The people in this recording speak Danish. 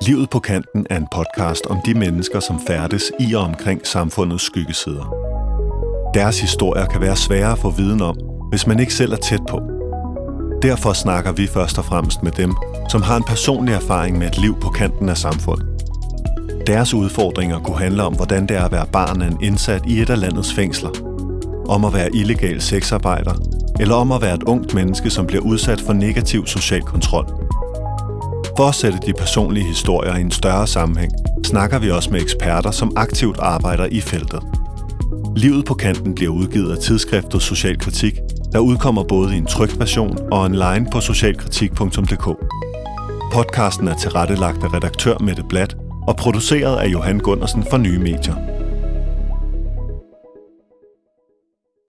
Livet på kanten er en podcast om de mennesker, som færdes i og omkring samfundets skyggesider. Deres historier kan være svære at få viden om, hvis man ikke selv er tæt på. Derfor snakker vi først og fremmest med dem, som har en personlig erfaring med et liv på kanten af samfundet. Deres udfordringer kunne handle om, hvordan det er at være barn af en indsat i et af landets fængsler, om at være illegal sexarbejder, eller om at være et ungt menneske, som bliver udsat for negativ social kontrol. For at sætte de personlige historier i en større sammenhæng, snakker vi også med eksperter, som aktivt arbejder i feltet. Livet på kanten bliver udgivet af tidsskriftet Social Kritik, der udkommer både i en trykt version og online på socialkritik.dk. Podcasten er tilrettelagt af redaktør Mette Bladt og produceret af Johan Gundersen for Nye Medier.